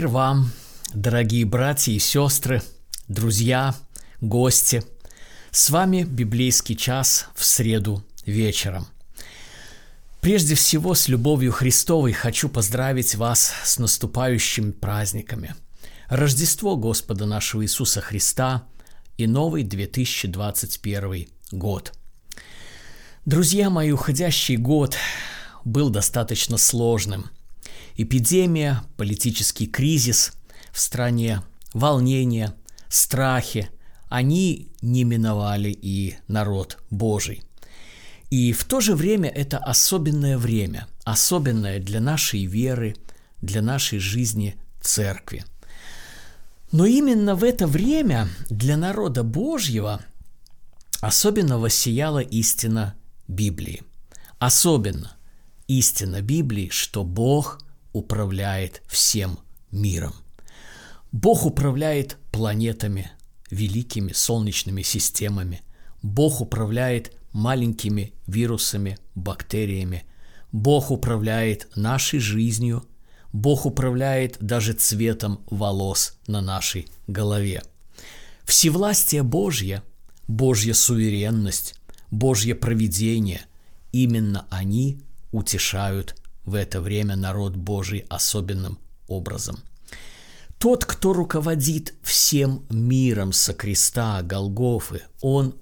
вечер вам, дорогие братья и сестры, друзья, гости. С вами библейский час в среду вечером. Прежде всего, с любовью Христовой хочу поздравить вас с наступающими праздниками. Рождество Господа нашего Иисуса Христа и новый 2021 год. Друзья мои, уходящий год был достаточно сложным. Эпидемия, политический кризис в стране, волнения, страхи, они не миновали и народ Божий. И в то же время это особенное время, особенное для нашей веры, для нашей жизни церкви. Но именно в это время для народа Божьего особенно воссияла истина Библии. Особенно истина Библии, что Бог управляет всем миром. Бог управляет планетами, великими солнечными системами. Бог управляет маленькими вирусами, бактериями. Бог управляет нашей жизнью. Бог управляет даже цветом волос на нашей голове. Всевластие Божье, Божья суверенность, Божье провидение – именно они утешают в это время народ Божий особенным образом. Тот, кто руководит всем миром со креста Голгофы, он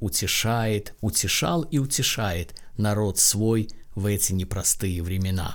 утешал и утешает народ свой в эти непростые времена.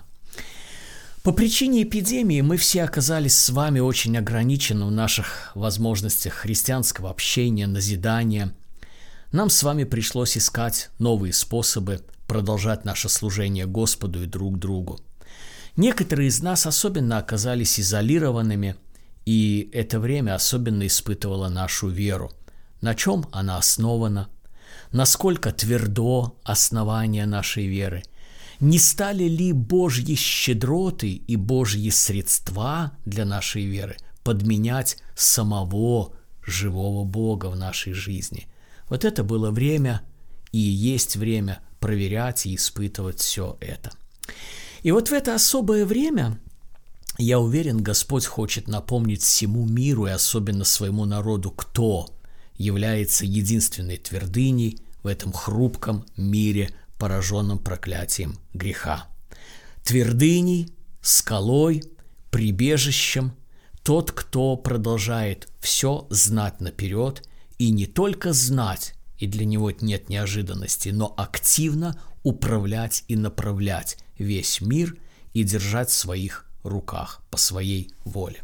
По причине эпидемии мы все оказались с вами очень ограничены в наших возможностях христианского общения, назидания. Нам с вами пришлось искать новые способы продолжать наше служение Господу и друг другу. Некоторые из нас особенно оказались изолированными, и это время особенно испытывало нашу веру. На чем она основана? Насколько твердо основание нашей веры? Не стали ли Божьи щедроты и Божьи средства для нашей веры подменять самого живого Бога в нашей жизни? Вот это было время и есть время проверять и испытывать все это. И вот в это особое время, я уверен, Господь хочет напомнить всему миру и особенно своему народу, кто является единственной твердыней в этом хрупком мире, пораженном проклятием греха. Твердыней, скалой, прибежищем, тот, кто продолжает все знать наперед, и не только знать, и для него нет неожиданности, но активно управлять и направлять весь мир и держать в своих руках по своей воле.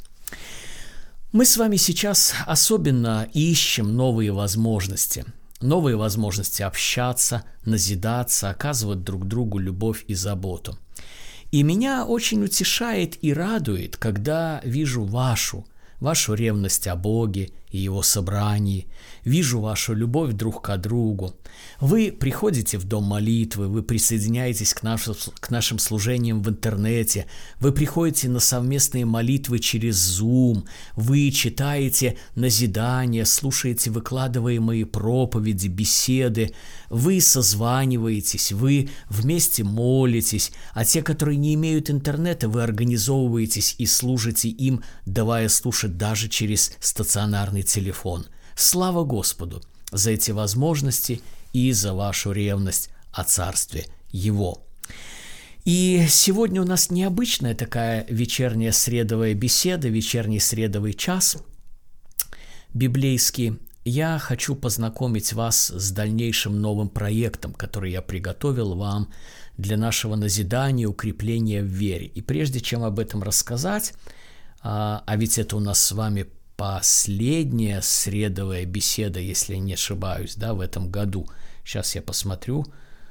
Мы с вами сейчас особенно ищем новые возможности общаться, назидаться, оказывать друг другу любовь и заботу. И меня очень утешает и радует, когда вижу вашу ревность о Боге и Его собрании, вижу вашу любовь друг к другу. Вы приходите в дом молитвы, вы присоединяетесь к нашим служениям в интернете, вы приходите на совместные молитвы через Zoom, вы читаете назидания, слушаете выкладываемые проповеди, беседы, вы созваниваетесь, вы вместе молитесь, а те, которые не имеют интернета, вы организовываетесь и служите им, давая слушать даже через стационарный телефон. Слава Господу за эти возможности и за вашу ревность о Царстве Его. И сегодня у нас необычная такая вечерняя средовая беседа, вечерний средовый час библейский. Я хочу познакомить вас с дальнейшим новым проектом, который я приготовил вам для нашего назидания, укрепления в вере. И прежде чем об этом рассказать, а ведь это у нас с вами последняя средовая беседа, если я не ошибаюсь, в этом году. Сейчас я посмотрю.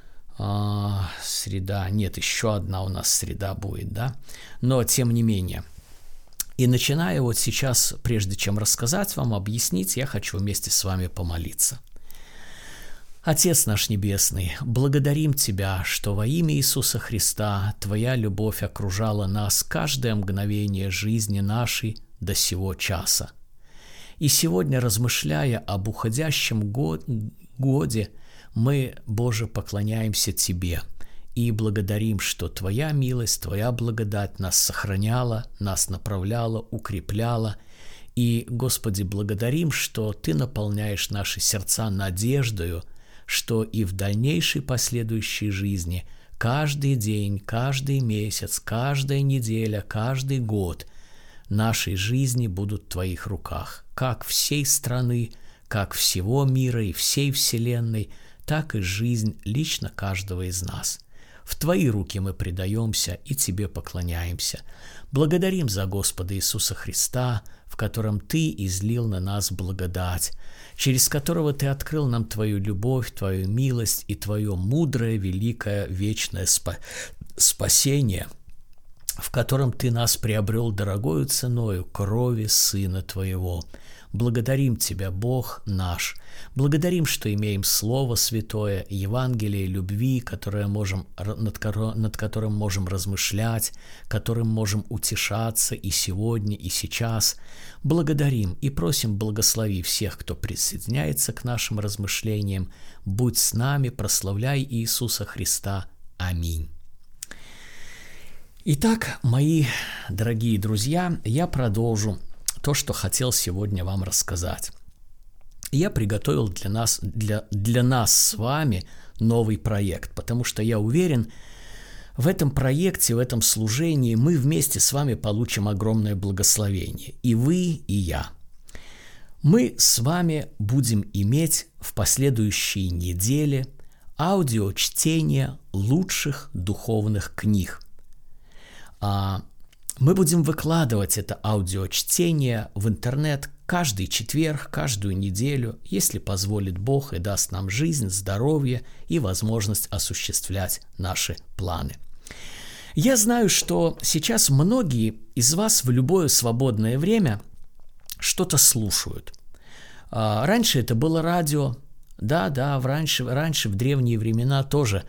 Среда. Нет, еще одна у нас среда будет, Но тем не менее. И начиная вот сейчас, прежде чем рассказать вам, объяснить, я хочу вместе с вами помолиться. Отец наш Небесный, благодарим Тебя, что во имя Иисуса Христа Твоя любовь окружала нас каждое мгновение жизни нашей до сего часа. И сегодня, размышляя об уходящем годе, мы, Боже, поклоняемся Тебе и благодарим, что Твоя милость, Твоя благодать нас сохраняла, нас направляла, укрепляла. И, Господи, благодарим, что Ты наполняешь наши сердца надеждою, что и в дальнейшей последующей жизни, каждый день, каждый месяц, каждая неделя, каждый год нашей жизни будут в Твоих руках, как всей страны, как всего мира и всей вселенной, так и жизнь лично каждого из нас. В Твои руки мы предаемся и Тебе поклоняемся. Благодарим за Господа Иисуса Христа, в котором Ты излил на нас благодать, через которого Ты открыл нам Твою любовь, Твою милость и Твое мудрое, великое, вечное спасение, в котором Ты нас приобрел дорогою ценою крови Сына Твоего. Благодарим Тебя, Бог наш. Благодарим, что имеем Слово Святое, Евангелие любви, над которым можем размышлять, которым можем утешаться и сегодня, и сейчас. Благодарим и просим, благослови всех, кто присоединяется к нашим размышлениям. Будь с нами, прославляй Иисуса Христа. Аминь. Итак, мои дорогие друзья, я продолжу то, что хотел сегодня вам рассказать. Я приготовил для нас с вами новый проект, потому что я уверен, в этом проекте, в этом служении мы вместе с вами получим огромное благословение. И вы, и я. Мы с вами будем иметь в последующие недели аудиочтение лучших духовных книг. Мы будем выкладывать это аудиочтение в интернет каждый четверг, каждую неделю, если позволит Бог и даст нам жизнь, здоровье и возможность осуществлять наши планы. Я знаю, что сейчас многие из вас в любое свободное время что-то слушают. Раньше это было радио. Да, раньше в древние времена тоже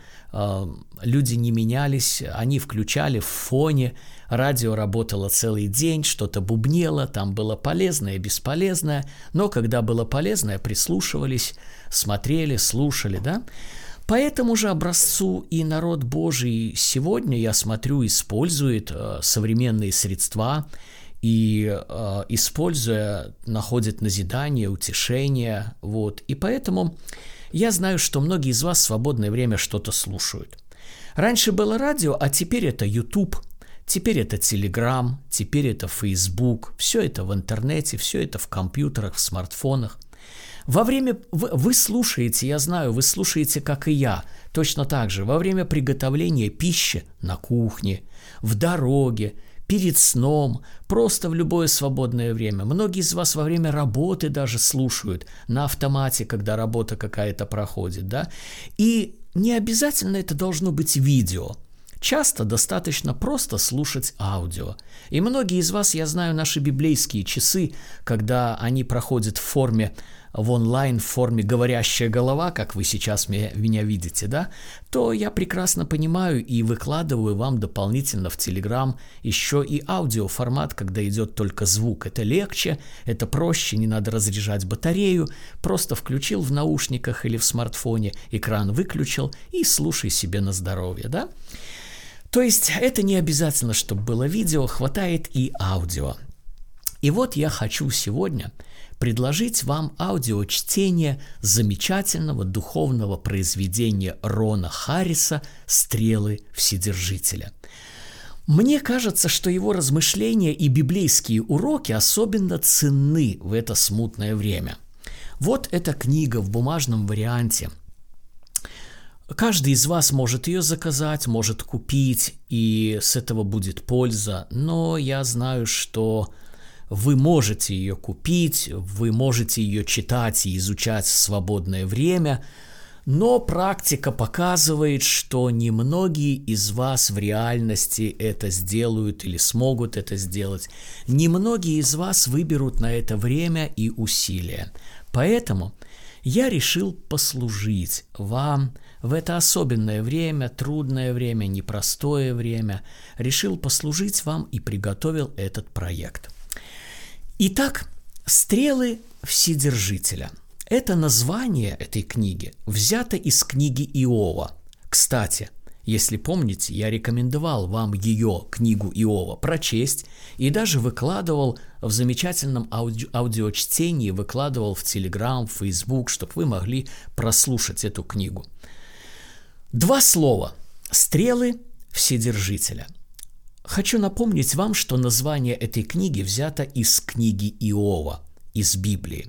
люди не менялись, они включали в фоне, радио работало целый день, что-то бубнело, там было полезное и бесполезное, но когда было полезное, прислушивались, смотрели, слушали, да. По этому же образцу и народ Божий сегодня, я смотрю, использует современные средства, и, используя, находит назидание, утешение, вот. И поэтому я знаю, что многие из вас в свободное время что-то слушают. Раньше было радио, а теперь это YouTube, теперь это Telegram, теперь это Facebook, все это в интернете, все это в компьютерах, в смартфонах. Во время вы слушаете, я знаю, вы слушаете, как и я, точно так же, во время приготовления пищи на кухне, в дороге, перед сном, просто в любое свободное время. Многие из вас во время работы даже слушают на автомате, когда работа какая-то проходит, да? И не обязательно это должно быть видео. Часто достаточно просто слушать аудио. И многие из вас, я знаю, наши библейские часы, когда они проходят в онлайн, в форме «говорящая голова», как вы сейчас меня видите, да, то я прекрасно понимаю и выкладываю вам дополнительно в Telegram еще и аудиоформат, когда идет только звук. Это легче, это проще, не надо разряжать батарею, просто включил в наушниках или в смартфоне, экран выключил и слушай себе на здоровье, да. То есть это не обязательно, чтобы было видео, хватает и аудио. И вот я хочу сегодня предложить вам аудиочтение замечательного духовного произведения Рона Харриса «Стрелы Вседержителя». Мне кажется, что его размышления и библейские уроки особенно ценны в это смутное время. Вот эта книга в бумажном варианте. Каждый из вас может ее заказать, может купить, и с этого будет польза, но я знаю, что вы можете ее купить, вы можете ее читать и изучать в свободное время, но практика показывает, что немногие из вас в реальности это сделают или смогут это сделать. Немногие из вас выберут на это время и усилия. Поэтому я решил послужить вам в это особенное время, трудное время, непростое время. Решил послужить вам и приготовил этот проект. Итак, «Стрелы Вседержителя». Это название этой книги взято из книги Иова. Кстати, Если помните, я рекомендовал вам ее, книгу Иова, прочесть и даже выкладывал в замечательном аудиочтении, выкладывал в Telegram, в Facebook, чтобы вы могли прослушать эту книгу. 2 слова «Стрелы Вседержителя». Хочу напомнить вам, что название этой книги взято из книги Иова, из Библии.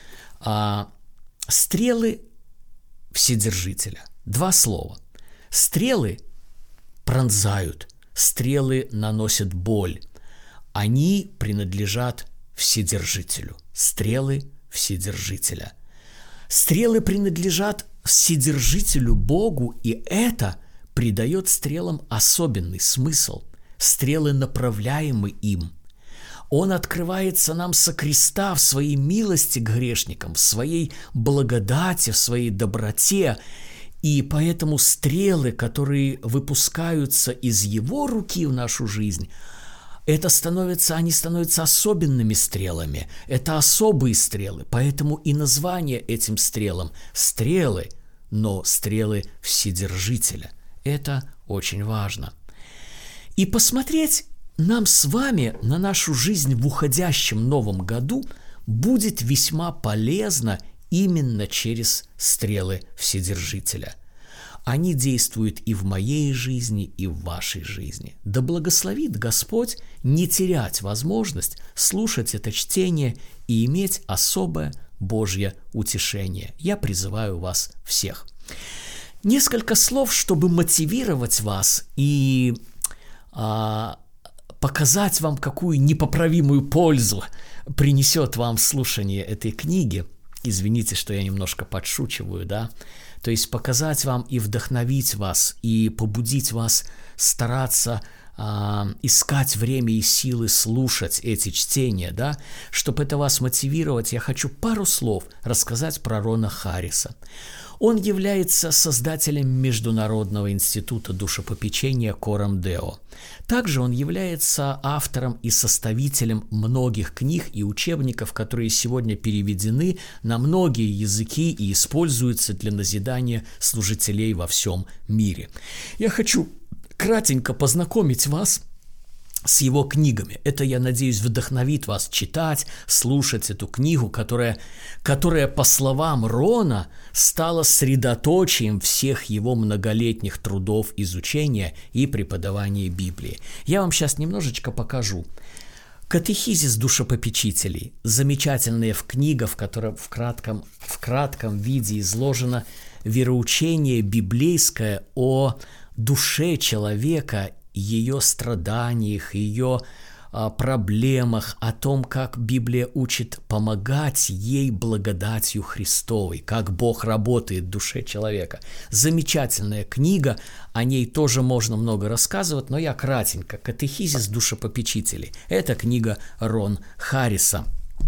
«Стрелы Вседержителя». 2 слова. Стрелы пронзают, стрелы наносят боль. Они принадлежат Вседержителю. Стрелы Вседержителя. Стрелы принадлежат Вседержителю Богу, и это придает стрелам особенный смысл. Стрелы направляемы им. Он открывается нам со креста в своей милости к грешникам, в своей благодати, в своей доброте. И поэтому стрелы, которые выпускаются из Его руки в нашу жизнь, они становятся особенными стрелами. Это особые стрелы. Поэтому и название этим стрелам – стрелы, но стрелы Вседержителя. Это очень важно. И посмотреть нам с вами на нашу жизнь в уходящем новом году будет весьма полезно именно через стрелы Вседержителя. Они действуют и в моей жизни, и в вашей жизни. Да благословит Господь не терять возможность слушать это чтение и иметь особое Божье утешение. Я призываю вас всех. Несколько слов, чтобы мотивировать вас и показать вам, какую непоправимую пользу принесет вам слушание этой книги. Извините, что я немножко подшучиваю, да? То есть показать вам и вдохновить вас, и побудить вас стараться искать время и силы слушать эти чтения, да? Чтобы это вас мотивировать, я хочу пару слов рассказать про Рона Харриса. Он является создателем Международного института душепопечения Корам Део. Также он является автором и составителем многих книг и учебников, которые сегодня переведены на многие языки и используются для назидания служителей во всем мире. Я хочу кратенько познакомить вас с его книгами. Это, я надеюсь, вдохновит вас читать, слушать эту книгу, которая, по словам Рона, стала средоточием всех его многолетних трудов изучения и преподавания Библии. Я вам сейчас немножечко покажу. Катехизис душепопечителей. Замечательная книга, в которой в кратком виде изложено вероучение библейское о душе человека, ее страданиях, ее проблемах, о том, как Библия учит помогать ей благодатью Христовой, как Бог работает в душе человека. Замечательная книга, о ней тоже можно много рассказывать, но я кратенько. «Катехизис душепопечителей». Это книга Рон Харриса.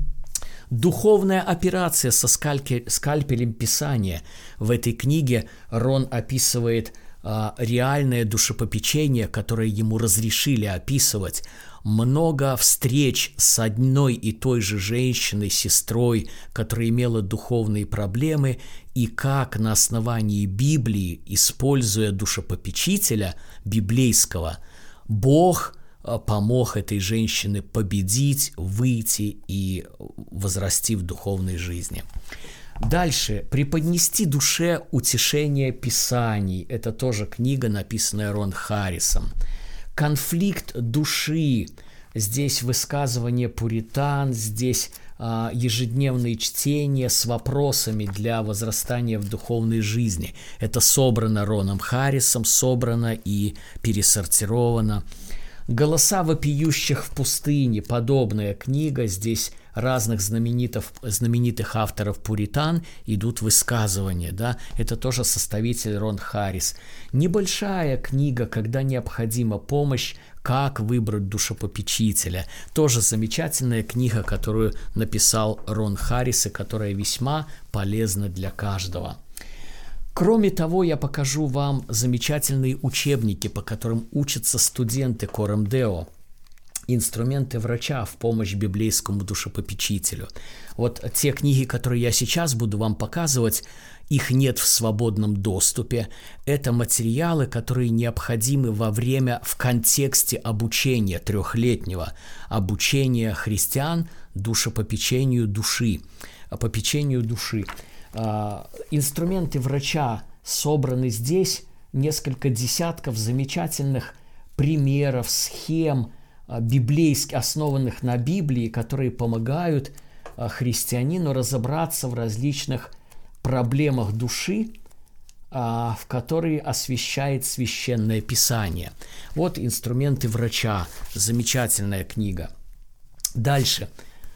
Духовная операция со скальпелем Писания. В этой книге Рон описывает реальное душепопечение, которое ему разрешили описывать, много встреч с одной и той же женщиной, сестрой, которая имела духовные проблемы, и как на основании Библии, используя душепопечителя библейского, Бог помог этой женщине победить, выйти и возрасти в духовной жизни. Дальше. «Преподнести душе утешение Писаний». Это тоже книга, написанная Рон Харрисом. «Конфликт души». Здесь высказывания пуритан, здесь ежедневные чтения с вопросами для возрастания в духовной жизни. Это собрано Роном Харрисом, собрано и пересортировано. «Голоса вопиющих в пустыне». Подобная книга. Здесь разных знаменитых авторов пуритан идут высказывания. Да? Это тоже составитель Рон Харрис. Небольшая книга, когда необходима помощь, как выбрать душепопечителя. Тоже замечательная книга, которую написал Рон Харрис и которая весьма полезна для каждого. Кроме того, я покажу вам замечательные учебники, по которым учатся студенты Корам Део. инструменты врача в помощь библейскому душепопечителю. Вот те книги, которые я сейчас буду вам показывать, их нет в свободном доступе. Это материалы, которые необходимы в контексте обучения, 3-летнего обучения христиан душепопечению души, попечению души. Инструменты врача собраны здесь, несколько десятков замечательных примеров, схем, основанных на Библии, которые помогают христианину разобраться в различных проблемах души, в которые освещает Священное Писание. Вот инструменты врача, замечательная книга. Дальше.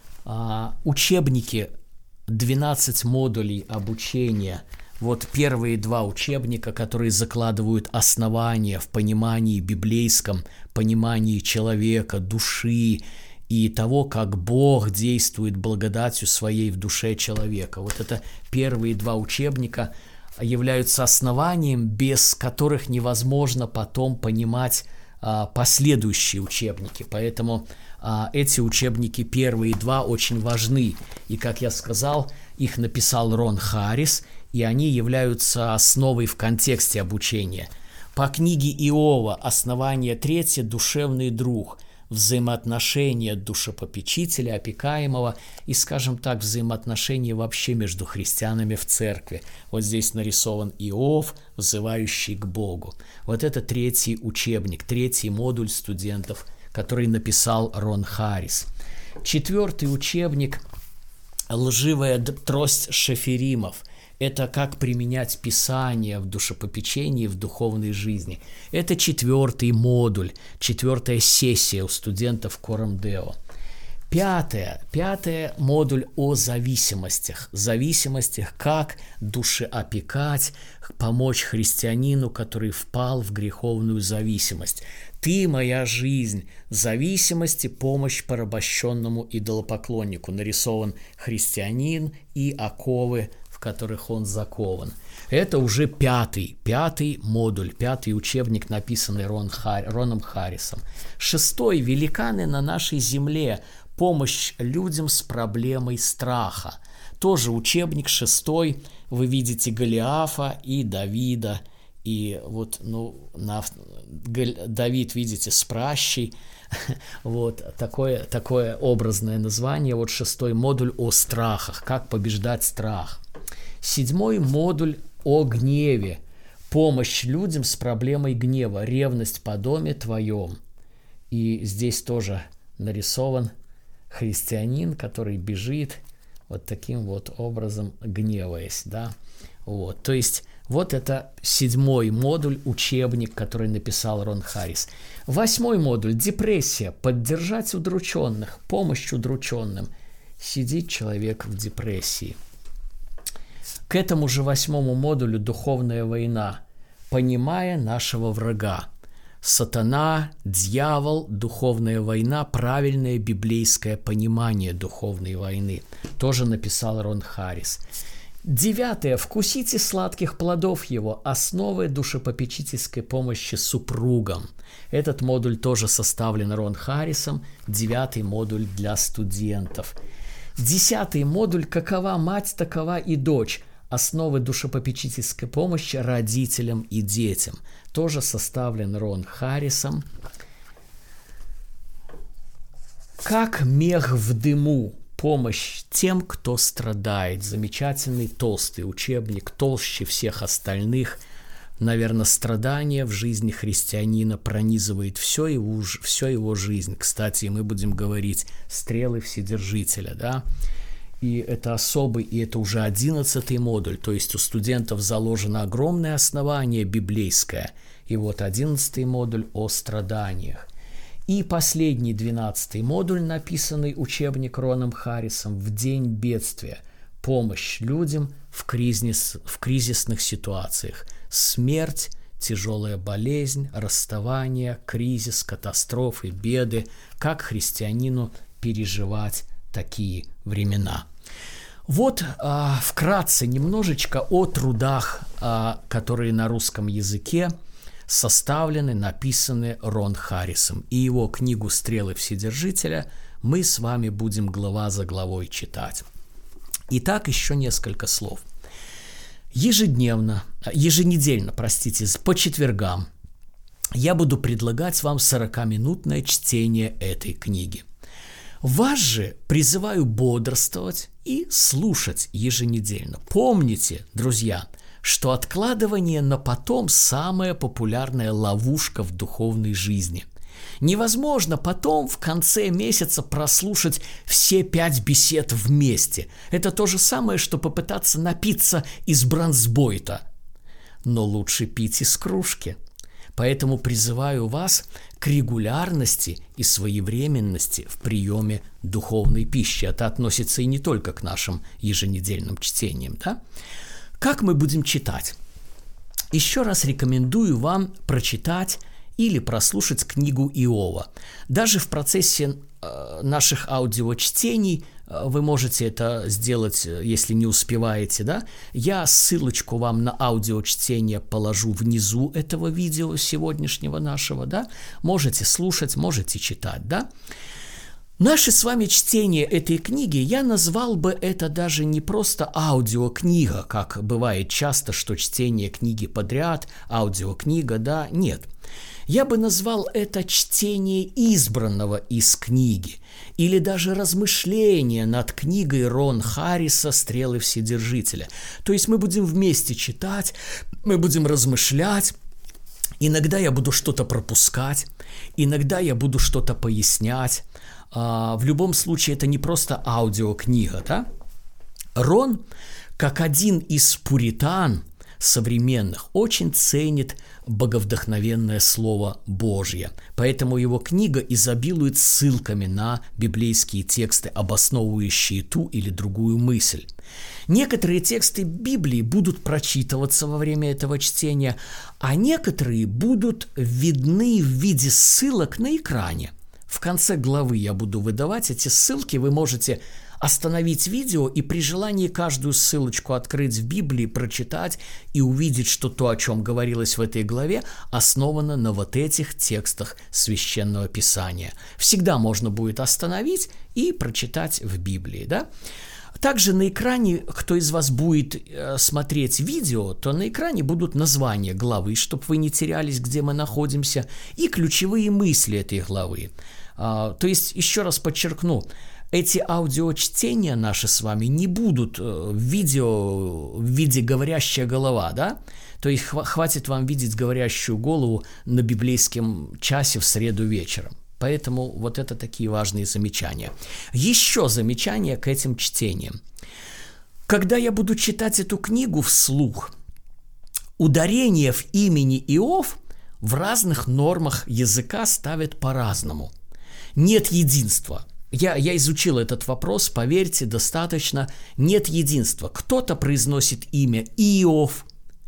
Учебники, 12 модулей обучения. Вот первые 2 учебника, которые закладывают основания в понимании библейском, понимании человека, души и того, как Бог действует благодатью своей в душе человека. Вот это первые 2 учебника являются основанием, без которых невозможно потом понимать последующие учебники. Поэтому эти учебники, первые 2, очень важны. И, как я сказал, их написал Рон Харрис, и они являются основой в контексте обучения. По книге Иова «Основание 3. Душевный друг», взаимоотношения душепопечителя, опекаемого и, скажем так, взаимоотношения вообще между христианами в церкви. Вот здесь нарисован Иов, взывающий к Богу. Вот это 3-й учебник, 3-й модуль студентов, который написал Рон Харрис. 4-й учебник «Лживая трость шеферимов». Это как применять Писание в душепопечении, в духовной жизни. Это 4-й модуль, 4-я сессия у студентов Корам Део. 5-й модуль о зависимостях. Зависимостях, как душеопекать, помочь христианину, который впал в греховную зависимость. «Ты, моя жизнь», зависимости, помощь порабощенному идолопоклоннику. Нарисован христианин и оковы, в которых он закован. Это уже 5-й модуль, 5-й учебник, написанный Роном Харрисом. 6-й «Великаны на нашей земле. Помощь людям с проблемой страха». Тоже учебник 6-й. Вы видите Голиафа и Давида. И вот, Давид, видите, с пращей. Вот такое образное название. Вот 6-й модуль о страхах, как побеждать страх. 7-й модуль о гневе, помощь людям с проблемой гнева, ревность по доме твоем. И здесь тоже нарисован христианин, который бежит вот таким вот образом, гневаясь, да. Вот, то есть вот это 7-й модуль, учебник, который написал Рон Харрис. 8-й модуль депрессия, поддержать удрученных, помощь удрученным. Сидит человек в депрессии. К этому же 8-му модулю духовная война, понимая нашего врага. Сатана, дьявол, духовная война, правильное библейское понимание духовной войны. Тоже написал Рон Харрис. 9-е. Вкусите сладких плодов его, основы душепопечительской помощи супругам. Этот модуль тоже составлен Рон Харрисом. 9-й модуль для студентов. 10-й модуль «Какова мать, такова и дочь». Основы душепопечительской помощи родителям и детям. Тоже составлен Рон Харрисом. «Как мех в дыму. Помощь тем, кто страдает». Замечательный толстый учебник, толще всех остальных. Наверное, страдание в жизни христианина пронизывает всю его жизнь. Кстати, мы будем говорить «стрелы Вседержителя», да? И это особый, и это уже 11-й модуль, то есть у студентов заложено огромное основание библейское. И вот 11-й модуль о страданиях. И последний 12-й модуль, написанный учебник Роном Харрисом «В день бедствия. Помощь людям в кризисных ситуациях. Смерть, тяжелая болезнь, расставание, кризис, катастрофы, беды. Как христианину переживать такие времена». Вот вкратце немножечко о трудах, которые на русском языке составлены, написаны Рон Харрисом. И его книгу «Стрелы Вседержителя» мы с вами будем глава за главой читать. Итак, еще несколько слов. Еженедельно, по четвергам я буду предлагать вам 40-минутное чтение этой книги. Вас же призываю бодрствовать и слушать еженедельно. Помните, друзья, что откладывание на потом – самая популярная ловушка в духовной жизни. Невозможно потом в конце месяца прослушать все 5 бесед вместе. Это то же самое, что попытаться напиться из бронзбойта. Но лучше пить из кружки. Поэтому призываю вас к регулярности и своевременности в приеме духовной пищи. Это относится и не только к нашим еженедельным чтениям. Да? Как мы будем читать? Еще раз рекомендую вам прочитать или прослушать книгу Иова. Даже в процессе наших аудиочтений вы можете это сделать, если не успеваете, да? Я ссылочку вам на аудиочтение положу внизу этого видео сегодняшнего нашего, да? Можете слушать, можете читать, да? Наше с вами чтение этой книги, я назвал бы это даже не просто аудиокнига, как бывает часто, что чтение книги подряд, аудиокнига, да? Нет. Я бы назвал это чтение избранного из книги или даже размышление над книгой Рон Харриса «Стрелы Вседержителя». То есть мы будем вместе читать, мы будем размышлять. Иногда я буду что-то пропускать, иногда я буду что-то пояснять. В любом случае это не просто аудиокнига, да? Рон, как один из пуритан современных, очень ценит боговдохновенное Слово Божье. Поэтому его книга изобилует ссылками на библейские тексты, обосновывающие ту или другую мысль. Некоторые тексты Библии будут прочитываться во время этого чтения, а некоторые будут видны в виде ссылок на экране. В конце главы я буду выдавать эти ссылки, вы можете остановить видео и при желании каждую ссылочку открыть в Библии, прочитать и увидеть, что то, о чем говорилось в этой главе, основано на вот этих текстах Священного Писания. Всегда можно будет остановить и прочитать в Библии, да? Также на экране, кто из вас будет смотреть видео, то на экране будут названия главы, чтобы вы не терялись, где мы находимся, и ключевые мысли этой главы. То есть, еще раз подчеркну, эти аудиочтения наши с вами не будут в виде говорящая голова, да? То есть хватит вам видеть говорящую голову на библейском часе в среду вечером. Поэтому вот это такие важные замечания. Еще замечания к этим чтениям. Когда я буду читать эту книгу вслух, ударение в имени Иов в разных нормах языка ставят по-разному. Нет единства. Я изучил этот вопрос, поверьте, достаточно. Нет единства. Кто-то произносит имя Иов.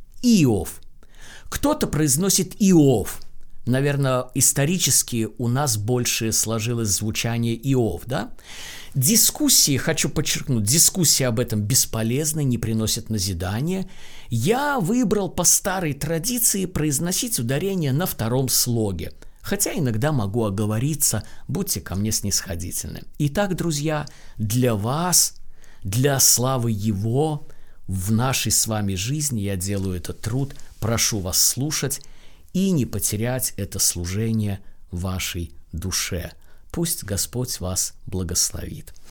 Кто-то произносит Иов. Наверное, исторически у нас больше сложилось звучание Иов, да? Дискуссии, хочу подчеркнуть, дискуссии об этом бесполезны, не приносят назидания. Я выбрал по старой традиции произносить ударение на втором слоге. Хотя иногда могу оговориться, будьте ко мне снисходительны. Итак, друзья, для вас, для славы Его, в нашей с вами жизни я делаю этот труд, прошу вас слушать и не потерять это служение вашей душе. Пусть Господь вас благословит.